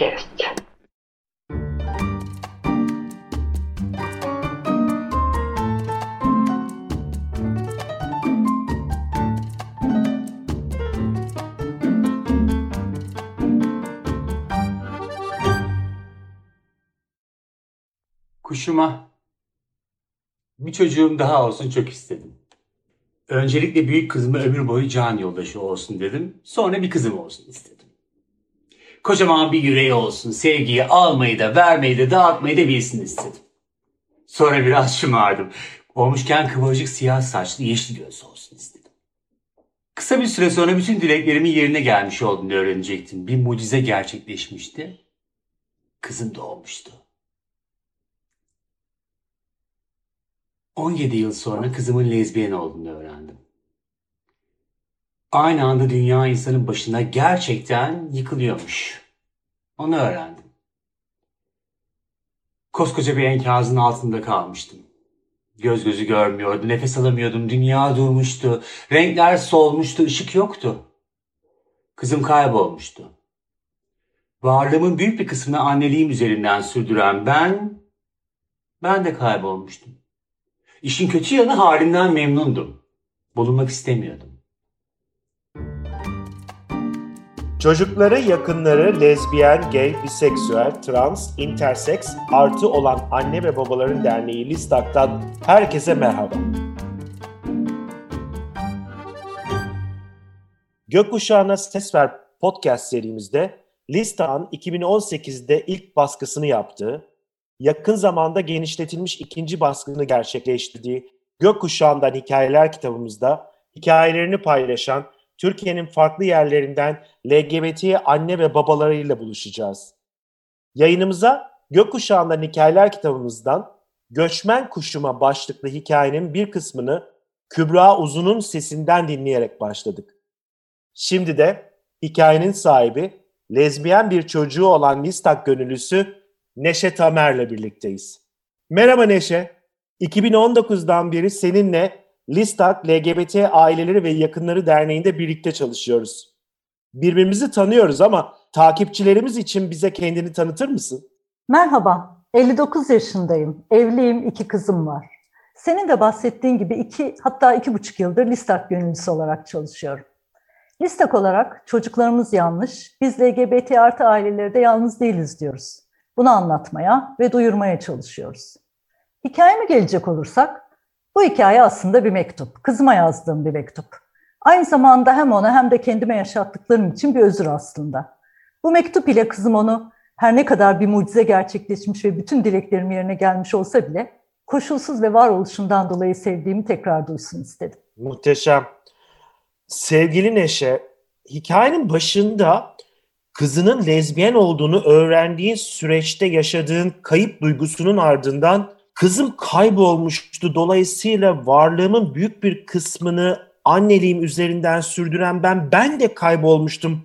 Podcast. Kuşuma bir çocuğum daha olsun çok istedim. Öncelikle büyük kızıma ömür boyu can yoldaşı olsun dedim. Sonra bir kızım olsun istedim. Kocaman bir yüreği olsun, sevgiyi almayı da vermeyi de dağıtmayı da bilsin istedim. Sonra biraz şımardım. Olmuşken kıvırcık siyah saçlı yeşil gözlü olsun istedim. Kısa bir süre sonra bütün dileklerimin yerine gelmiş olduğunu öğrenecektim. Bir mucize gerçekleşmişti. Kızım doğmuştu. 17 yıl sonra kızımın lezbiyen olduğunu öğrendim. Aynı anda dünya insanın başına gerçekten yıkılıyormuş. Onu öğrendim. Koskoca bir enkazın altında kalmıştım. Göz gözü görmüyordu, nefes alamıyordum, dünya durmuştu, renkler solmuştu, ışık yoktu. Kızım kaybolmuştu. Varlığımın büyük bir kısmını anneliğim üzerinden sürdüren ben de kaybolmuştum. İşin kötü yanı halimden memnundum. Bulunmak istemiyordum. Çocukları, yakınları, lezbiyen, gay, biseksüel, trans, interseks, artı olan anne ve babaların derneği Listak'tan herkese merhaba. Gökkuşağına Ses Ver podcast serimizde Listak'ın 2018'de ilk baskısını yaptığı, yakın zamanda genişletilmiş ikinci baskını gerçekleştirdiği Gökkuşağından Hikayeler kitabımızda hikayelerini paylaşan Türkiye'nin farklı yerlerinden LGBT anne ve babalarıyla buluşacağız. Yayınımıza Gökkuşağından Hikayeler kitabımızdan Göçmen Kuşuma başlıklı hikayenin bir kısmını Kübra Uzun'un sesinden dinleyerek başladık. Şimdi de hikayenin sahibi, lezbiyen bir çocuğu olan Listak gönüllüsü Neşe Tamer'le birlikteyiz. Merhaba Neşe, 2019'dan beri seninle Listak LGBT Aileleri ve Yakınları Derneği'nde birlikte çalışıyoruz. Birbirimizi tanıyoruz ama takipçilerimiz için bize kendini tanıtır mısın? Merhaba, 59 yaşındayım, evliyim, 2 kızım var. Senin de bahsettiğin gibi hatta 2,5 yıldır Listak gönüllüsü olarak çalışıyorum. Listak olarak çocuklarımız yanlış, biz LGBT artı aileleri de yalnız değiliz diyoruz. Bunu anlatmaya ve duyurmaya çalışıyoruz. Hikayeme gelecek olursak, bu hikaye aslında bir mektup, kızıma yazdığım bir mektup. Aynı zamanda hem ona hem de kendime yaşattıklarım için bir özür aslında. Bu mektup ile kızım onu her ne kadar bir mucize gerçekleşmiş ve bütün dileklerim yerine gelmiş olsa bile koşulsuz ve varoluşundan dolayı sevdiğimi tekrar duysun istedim. Muhteşem. Sevgili Neşe, hikayenin başında kızının lezbiyen olduğunu öğrendiğin süreçte yaşadığın kayıp duygusunun ardından kızım kaybolmuştu. Dolayısıyla varlığımın büyük bir kısmını anneliğim üzerinden sürdüren ben de kaybolmuştum.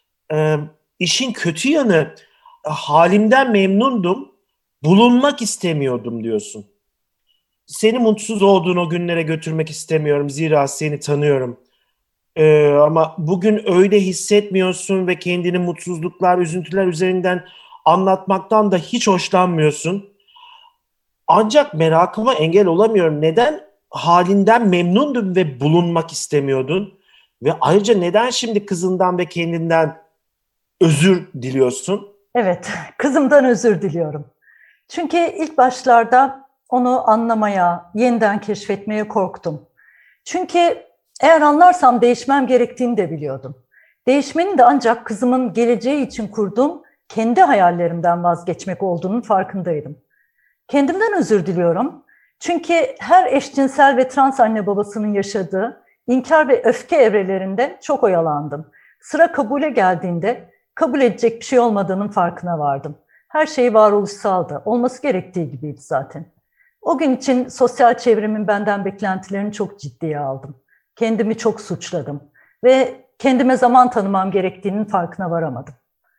İşin kötü yanı halimden memnundum, bulunmak istemiyordum diyorsun. Seni mutsuz olduğun o günlere götürmek istemiyorum. Zira seni tanıyorum. Ama bugün öyle hissetmiyorsun ve kendini mutsuzluklar, üzüntüler üzerinden anlatmaktan da hiç hoşlanmıyorsun. Ancak merakıma engel olamıyorum. Neden halinden memnundun ve bulunmak istemiyordun? Ve ayrıca neden şimdi kızından ve kendinden özür diliyorsun? Evet, kızımdan özür diliyorum. Çünkü ilk başlarda onu anlamaya, yeniden keşfetmeye korktum. Çünkü eğer anlarsam değişmem gerektiğini de biliyordum. Değişmenin de ancak kızımın geleceği için kurduğum kendi hayallerimden vazgeçmek olduğunun farkındaydım. Kendimden özür diliyorum. Çünkü her eşcinsel ve trans anne babasının yaşadığı inkar ve öfke evrelerinde çok oyalandım. Sıra kabule geldiğinde kabul edecek bir şey olmadığının farkına vardım. Her şey varoluşsaldı. Olması gerektiği gibiydi zaten. O gün için sosyal çevremin benden beklentilerini çok ciddiye aldım. Kendimi çok suçladım ve kendime zaman tanımam gerektiğinin farkına varamadım.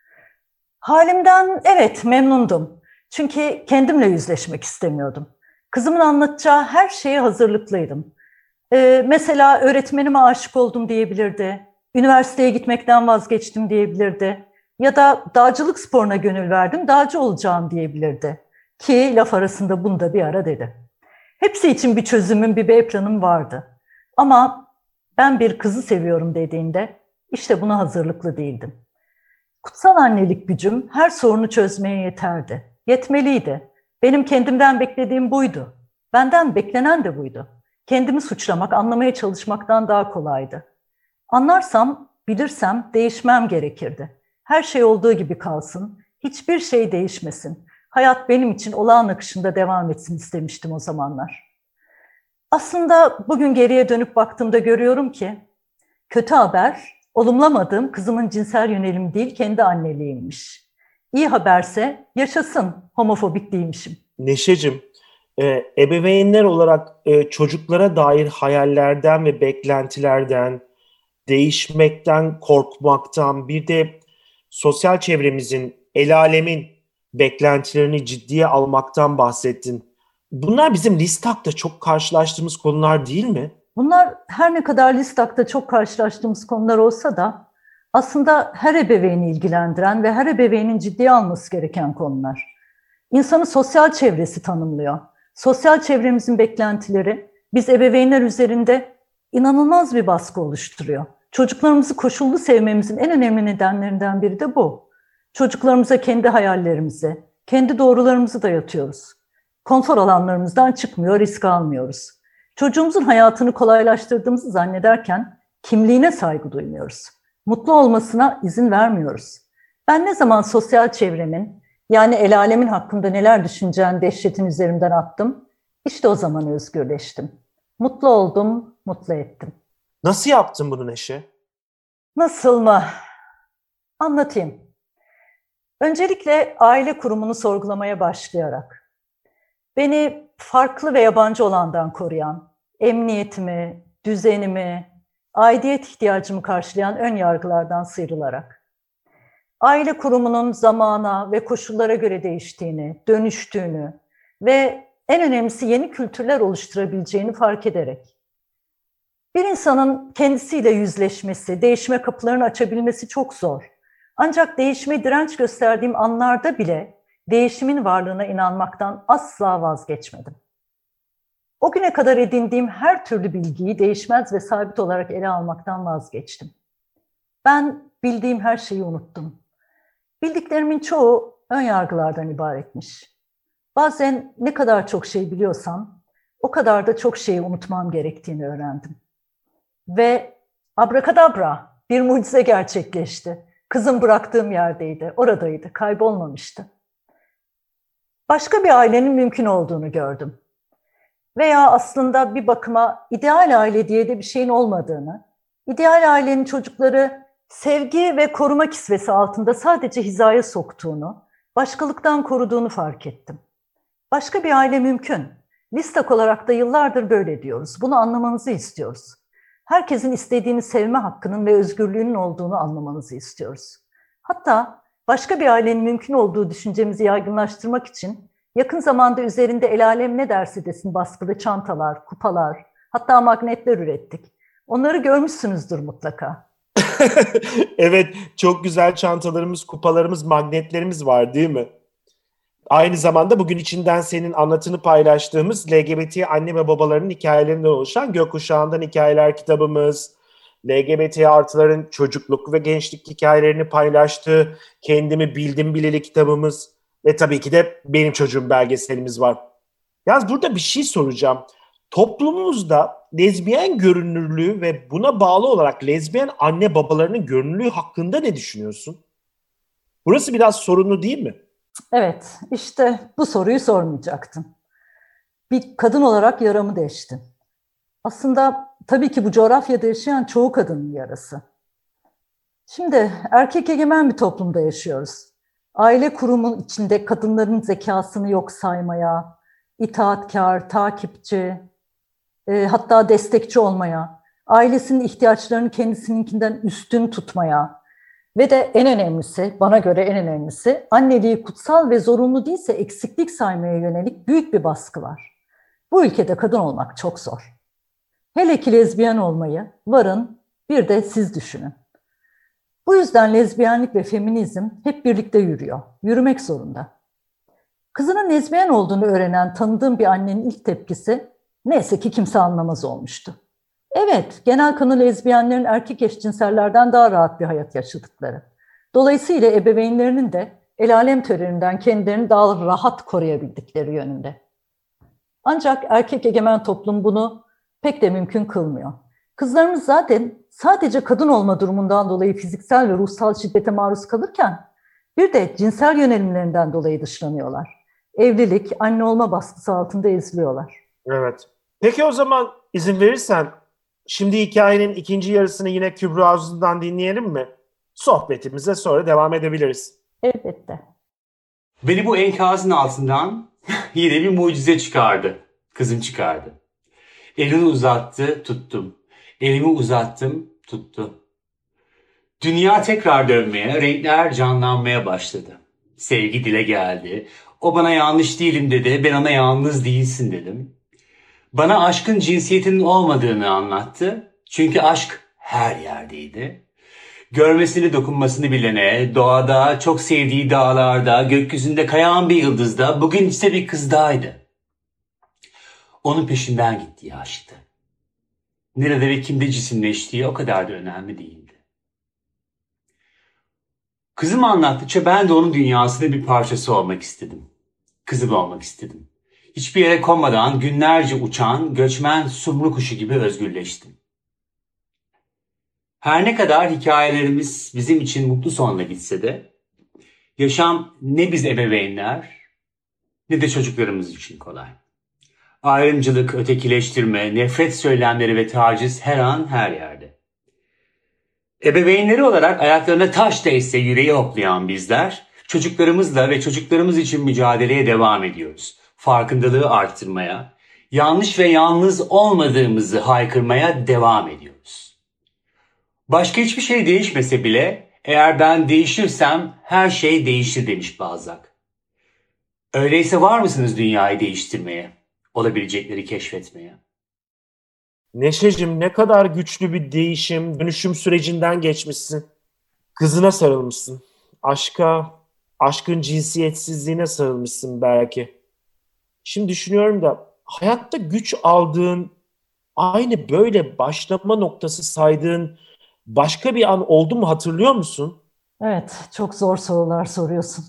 Halimden evet memnundum. Çünkü kendimle yüzleşmek istemiyordum. Kızımın anlatacağı her şeye hazırlıklıydım. Mesela öğretmenime aşık oldum diyebilirdi. Üniversiteye gitmekten vazgeçtim diyebilirdi. Ya da dağcılık sporuna gönül verdim, dağcı olacağım diyebilirdi. Ki laf arasında bunu da bir ara dedi. Hepsi için bir çözümüm, bir B planım vardı. Ama ben bir kızı seviyorum dediğinde işte buna hazırlıklı değildim. Kutsal annelik gücüm her sorunu çözmeye yeterdi. Yetmeliydi. Benim kendimden beklediğim buydu. Benden beklenen de buydu. Kendimi suçlamak, anlamaya çalışmaktan daha kolaydı. Anlarsam, bilirsem değişmem gerekirdi. Her şey olduğu gibi kalsın, hiçbir şey değişmesin. Hayat benim için olağan akışında devam etsin istemiştim o zamanlar. Aslında bugün geriye dönüp baktığımda görüyorum ki kötü haber, olumlamadığım kızımın cinsel yönelimi değil kendi anneliğiymiş. İyi haberse yaşasın, homofobik değilmişim. Neşecim, ebeveynler olarak çocuklara dair hayallerden ve beklentilerden, değişmekten, korkmaktan, bir de sosyal çevremizin, el alemin beklentilerini ciddiye almaktan bahsettin. Bunlar bizim Listak'ta çok karşılaştığımız konular değil mi? Bunlar her ne kadar Listak'ta çok karşılaştığımız konular olsa da aslında her ebeveyni ilgilendiren ve her ebeveynin ciddiye alması gereken konular. İnsanı sosyal çevresi tanımlıyor. Sosyal çevremizin beklentileri biz ebeveynler üzerinde inanılmaz bir baskı oluşturuyor. Çocuklarımızı koşullu sevmemizin en önemli nedenlerinden biri de bu. Çocuklarımıza kendi hayallerimizi, kendi doğrularımızı dayatıyoruz. Konfor alanlarımızdan çıkmıyor, risk almıyoruz. Çocuğumuzun hayatını kolaylaştırdığımızı zannederken kimliğine saygı duymuyoruz. Mutlu olmasına izin vermiyoruz. Ben ne zaman sosyal çevremin, yani el alemin hakkında neler düşüneceğini dehşetin üzerimden attım, işte o zaman özgürleştim. Mutlu oldum, mutlu ettim. Nasıl yaptın bunu Neşe? Nasıl mı? Anlatayım. Öncelikle aile kurumunu sorgulamaya başlayarak, beni farklı ve yabancı olandan koruyan, emniyetimi, düzenimi, aidiyet ihtiyacımı karşılayan ön yargılardan sıyrılarak, aile kurumunun zamana ve koşullara göre değiştiğini, dönüştüğünü ve en önemlisi yeni kültürler oluşturabileceğini fark ederek, bir insanın kendisiyle yüzleşmesi, değişime kapılarını açabilmesi çok zor. Ancak değişime direnç gösterdiğim anlarda bile değişimin varlığına inanmaktan asla vazgeçmedim. O güne kadar edindiğim her türlü bilgiyi değişmez ve sabit olarak ele almaktan vazgeçtim. Ben bildiğim her şeyi unuttum. Bildiklerimin çoğu ön yargılardan ibaretmiş. Bazen ne kadar çok şey biliyorsam, o kadar da çok şeyi unutmam gerektiğini öğrendim. Ve abrakadabra, bir mucize gerçekleşti. Kızım bıraktığım yerdeydi, oradaydı, kaybolmamıştı. Başka bir ailenin mümkün olduğunu gördüm. Veya aslında bir bakıma ideal aile diye de bir şeyin olmadığını, ideal ailenin çocukları sevgi ve koruma kisvesi altında sadece hizaya soktuğunu, başkalıktan koruduğunu fark ettim. Başka bir aile mümkün. Listak olarak da yıllardır böyle diyoruz. Bunu anlamanızı istiyoruz. Herkesin istediğini sevme hakkının ve özgürlüğünün olduğunu anlamanızı istiyoruz. Hatta başka bir ailenin mümkün olduğu düşüncemizi yaygınlaştırmak için yakın zamanda üzerinde el alem ne derse desin baskılı çantalar, kupalar, hatta magnetler ürettik. Onları görmüşsünüzdür mutlaka. Evet, çok güzel çantalarımız, kupalarımız, magnetlerimiz var değil mi? Aynı zamanda bugün içinden senin anlatını paylaştığımız LGBT anne ve babaların hikayelerinden oluşan Gökkuşağı'ndan hikayeler kitabımız, LGBT artıların çocukluk ve gençlik hikayelerini paylaştığı Kendimi Bildim Bileli kitabımız ve tabii ki de Benim Çocuğum belgeselimiz var. Yalnız burada bir şey soracağım. Toplumumuzda lezbiyen görünürlüğü ve buna bağlı olarak lezbiyen anne babalarının görünürlüğü hakkında ne düşünüyorsun? Burası biraz sorunlu değil mi? Evet, işte bu soruyu sormayacaktım. Bir kadın olarak yaramı deştin. Aslında tabii ki bu coğrafyada yaşayan çoğu kadının yarası. Şimdi erkek egemen bir toplumda yaşıyoruz. Aile kurumunun içinde kadınların zekasını yok saymaya, itaatkar, takipçi, hatta destekçi olmaya, ailesinin ihtiyaçlarını kendisininkinden üstün tutmaya ve de en önemlisi, bana göre en önemlisi, anneliği kutsal ve zorunlu değilse eksiklik saymaya yönelik büyük bir baskı var. Bu ülkede kadın olmak çok zor. Hele ki lezbiyen olmayı, varın bir de siz düşünün. Bu yüzden lezbiyenlik ve feminizm hep birlikte yürüyor. Yürümek zorunda. Kızının lezbiyen olduğunu öğrenen tanıdığım bir annenin ilk tepkisi, neyse ki kimse anlamaz olmuştu. Evet, genel kanı lezbiyenlerin erkek eşcinsellerden daha rahat bir hayat yaşadıkları. Dolayısıyla ebeveynlerinin de el alem teröründen kendilerini daha rahat koruyabildikleri yönünde. Ancak erkek egemen toplum bunu pek de mümkün kılmıyor. Kızlarımız zaten sadece kadın olma durumundan dolayı fiziksel ve ruhsal şiddete maruz kalırken bir de cinsel yönelimlerinden dolayı dışlanıyorlar. Evlilik, anne olma baskısı altında eziliyorlar. Evet. Peki o zaman izin verirsen şimdi hikayenin ikinci yarısını yine Kübra ağzından dinleyelim mi? Sohbetimize sonra devam edebiliriz. Elbette. Beni bu enkazın altından yine bir mucize çıkardı. Kızım çıkardı. Elini uzattı, tuttum. Elimi uzattım, tuttu. Dünya tekrar dönmeye, renkler canlanmaya başladı. Sevgi dile geldi. O bana yanlış değilim dedi, ben ona yalnız değilsin dedim. Bana aşkın cinsiyetinin olmadığını anlattı. Çünkü aşk her yerdeydi. Görmesini dokunmasını bilene, doğada, çok sevdiği dağlarda, gökyüzünde kayan bir yıldızda, bugün ise bir kızdaydı. Onun peşinden gittiği aşktı. Nerede ve kimde cisimleştiği o kadar da önemli değildi. Kızım anlattıkça ben de onun dünyasında bir parçası olmak istedim. Kızım olmak istedim. Hiçbir yere konmadan günlerce uçan, göçmen sumru kuşu gibi özgürleştim. Her ne kadar hikayelerimiz bizim için mutlu sonla gitse de, yaşam ne biz ebeveynler ne de çocuklarımız için kolay. Ayrımcılık, ötekileştirme, nefret söylemleri ve taciz her an her yerde. Ebeveynleri olarak ayaklarına taş değse yüreği hoplayan bizler, çocuklarımızla ve çocuklarımız için mücadeleye devam ediyoruz. Farkındalığı arttırmaya, yanlış ve yalnız olmadığımızı haykırmaya devam ediyoruz. Başka hiçbir şey değişmese bile, eğer ben değişirsem her şey değişir demiş Balzac. Öyleyse var mısınız dünyayı değiştirmeye, olabilecekleri keşfetmeye? Neşeciğim, ne kadar güçlü bir değişim, dönüşüm sürecinden geçmişsin. Kızına sarılmışsın. Aşkın cinsiyetsizliğine sarılmışsın belki. Şimdi düşünüyorum da hayatta güç aldığın, aynı böyle başlama noktası saydığın başka bir an oldu mu, hatırlıyor musun? Evet, çok zor sorular soruyorsun.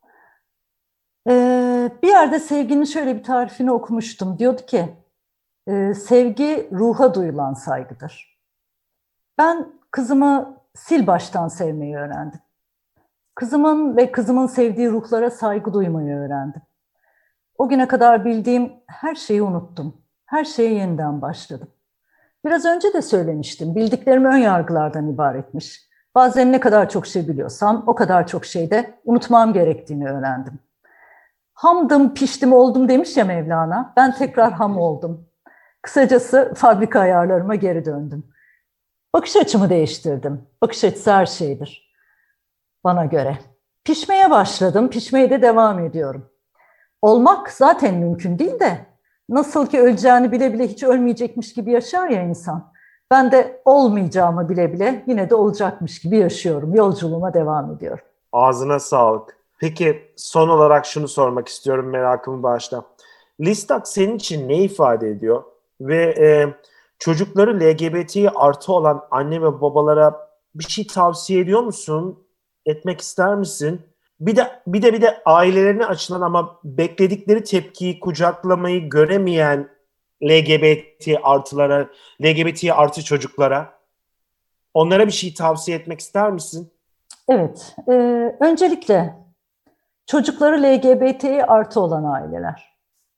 Bir yerde sevginin şöyle bir tarifini okumuştum. Diyordu ki, sevgi ruha duyulan saygıdır. Ben kızımı sil baştan sevmeyi öğrendim. Kızımın ve kızımın sevdiği ruhlara saygı duymayı öğrendim. O güne kadar bildiğim her şeyi unuttum. Her şeye yeniden başladım. Biraz önce de söylemiştim. Bildiklerim ön yargılardan ibaretmiş. Bazen ne kadar çok şey biliyorsam o kadar çok şeyde unutmam gerektiğini öğrendim. Hamdım, piştim, oldum demiş ya Mevlana. Ben tekrar ham oldum. Kısacası fabrika ayarlarıma geri döndüm. Bakış açımı değiştirdim. Bakış açısı her şeydir bana göre. Pişmeye başladım, pişmeye de devam ediyorum. Olmak zaten mümkün değil de nasıl ki öleceğini bile bile hiç ölmeyecekmiş gibi yaşar ya insan. Ben de olmayacağımı bile bile yine de olacakmış gibi yaşıyorum. Yolculuğuma devam ediyorum. Ağzına sağlık. Peki son olarak şunu sormak istiyorum, merakımı bağışla. Listak senin için ne ifade ediyor? Ve çocukları LGBT artı olan anne ve babalara bir şey tavsiye ediyor musun? Etmek ister misin? Bir de ailelerine açılan ama bekledikleri tepkiyi, kucaklamayı göremeyen LGBT artı çocuklara, onlara bir şey tavsiye etmek ister misin? Evet, öncelikle çocukları LGBT artı olan aileler.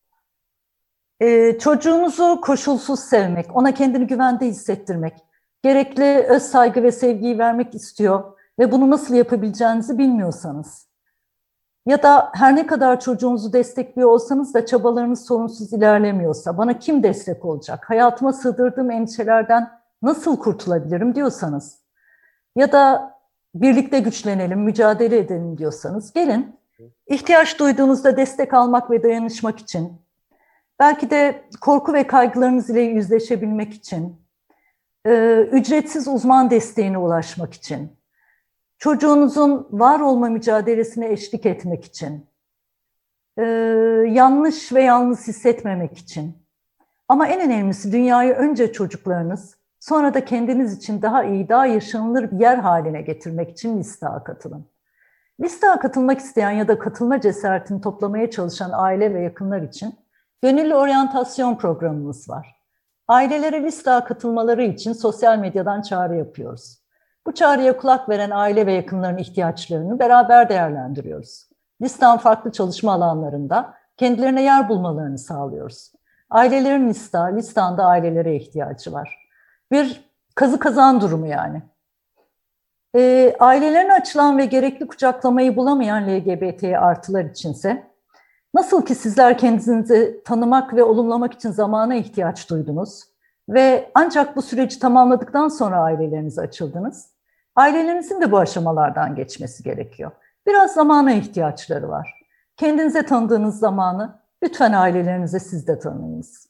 Çocuğunuzu koşulsuz sevmek, ona kendini güvende hissettirmek, gerekli öz saygı ve sevgiyi vermek istiyor ve bunu nasıl yapabileceğinizi bilmiyorsanız ya da her ne kadar çocuğunuzu destekliyor olsanız da çabalarınız sorunsuz ilerlemiyorsa, bana kim destek olacak, hayatıma sığdırdığım endişelerden nasıl kurtulabilirim diyorsanız ya da birlikte güçlenelim, mücadele edelim diyorsanız gelin. İhtiyaç duyduğunuzda destek almak ve dayanışmak için, belki de korku ve kaygılarınız ile yüzleşebilmek için, ücretsiz uzman desteğine ulaşmak için, çocuğunuzun var olma mücadelesine eşlik etmek için, yanlış ve yalnız hissetmemek için. Ama en önemlisi dünyayı önce çocuklarınız, sonra da kendiniz için daha iyi, daha yaşanılır bir yer haline getirmek için LİSTA'ya katılın. LİSTA'ya katılmak isteyen ya da katılma cesaretini toplamaya çalışan aile ve yakınlar için gönüllü oryantasyon programımız var. Ailelere LİSTA'ya katılmaları için sosyal medyadan çağrı yapıyoruz. Bu çağrıya kulak veren aile ve yakınların ihtiyaçlarını beraber değerlendiriyoruz. LİSTA'nın farklı çalışma alanlarında kendilerine yer bulmalarını sağlıyoruz. Ailelerin LİSTA'nın da ailelere ihtiyacı var. Bir kazı kazan durumu yani. Ailelerine açılan ve gerekli kucaklamayı bulamayan LGBT artılar içinse, nasıl ki sizler kendinizi tanımak ve olumlamak için zamana ihtiyaç duydunuz ve ancak bu süreci tamamladıktan sonra ailelerinize açıldınız, ailelerinizin de bu aşamalardan geçmesi gerekiyor. Biraz zamana ihtiyaçları var. Kendinize tanıdığınız zamanı lütfen ailelerinize siz de tanıyınız.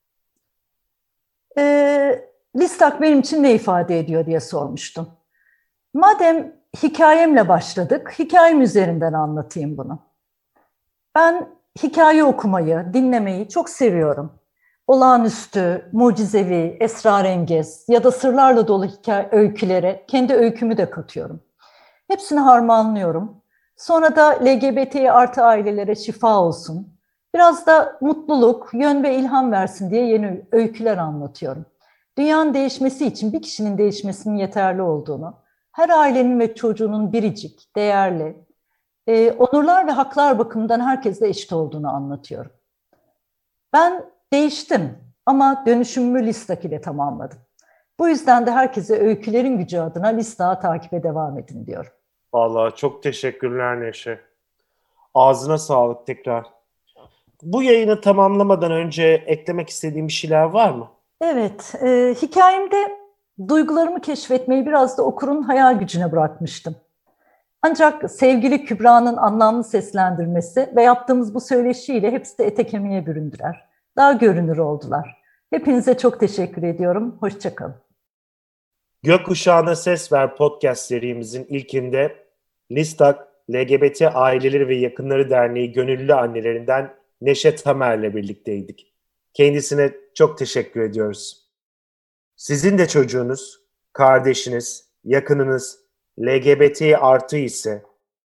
LİSTAK benim için ne ifade ediyor diye sormuştum. Madem hikayemle başladık, hikayem üzerinden anlatayım bunu. Ben hikaye okumayı, dinlemeyi çok seviyorum. Olağanüstü, mucizevi, esrarengiz ya da sırlarla dolu öykülere kendi öykümü de katıyorum. Hepsini harmanlıyorum. Sonra da LGBT artı ailelere şifa olsun, biraz da mutluluk, yön ve ilham versin diye yeni öyküler anlatıyorum. Dünyanın değişmesi için bir kişinin değişmesinin yeterli olduğunu, her ailenin ve çocuğunun biricik, değerli, onurlar ve haklar bakımından herkesle eşit olduğunu anlatıyorum. Ben değiştim ama dönüşümümü LİSTAK ile tamamladım. Bu yüzden de herkese öykülerin gücü adına LİSTAK'ı takibe devam edin diyorum. Vallahi çok teşekkürler Neşe. Ağzına sağlık tekrar. Bu yayını tamamlamadan önce eklemek istediğim bir şeyler var mı? Evet, hikayemde duygularımı keşfetmeyi biraz da okurun hayal gücüne bırakmıştım. Ancak sevgili Kübra'nın anlamlı seslendirmesi ve yaptığımız bu söyleşiyle hepsi de ete kemiğe büründüler. Daha görünür oldular. Hepinize çok teşekkür ediyorum. Hoşça kalın. Gökkuşağına Ses Ver podcast serimizin ilkinde LİSTAK, LGBT Aileleri ve Yakınları Derneği gönüllü annelerinden Neşe Tamer'le birlikteydik. Kendisine çok teşekkür ediyoruz. Sizin de çocuğunuz, kardeşiniz, yakınınız LGBT artı ise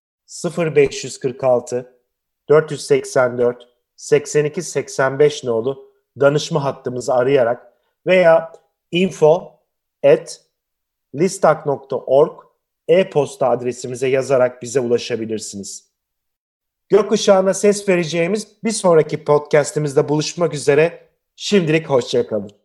0546 484 82 85 nolu danışma hattımızı arayarak veya info@listak.org e-posta adresimize yazarak bize ulaşabilirsiniz. Gökkuşağına ses vereceğimiz bir sonraki podcastimizde buluşmak üzere. Şimdilik hoşça kalın.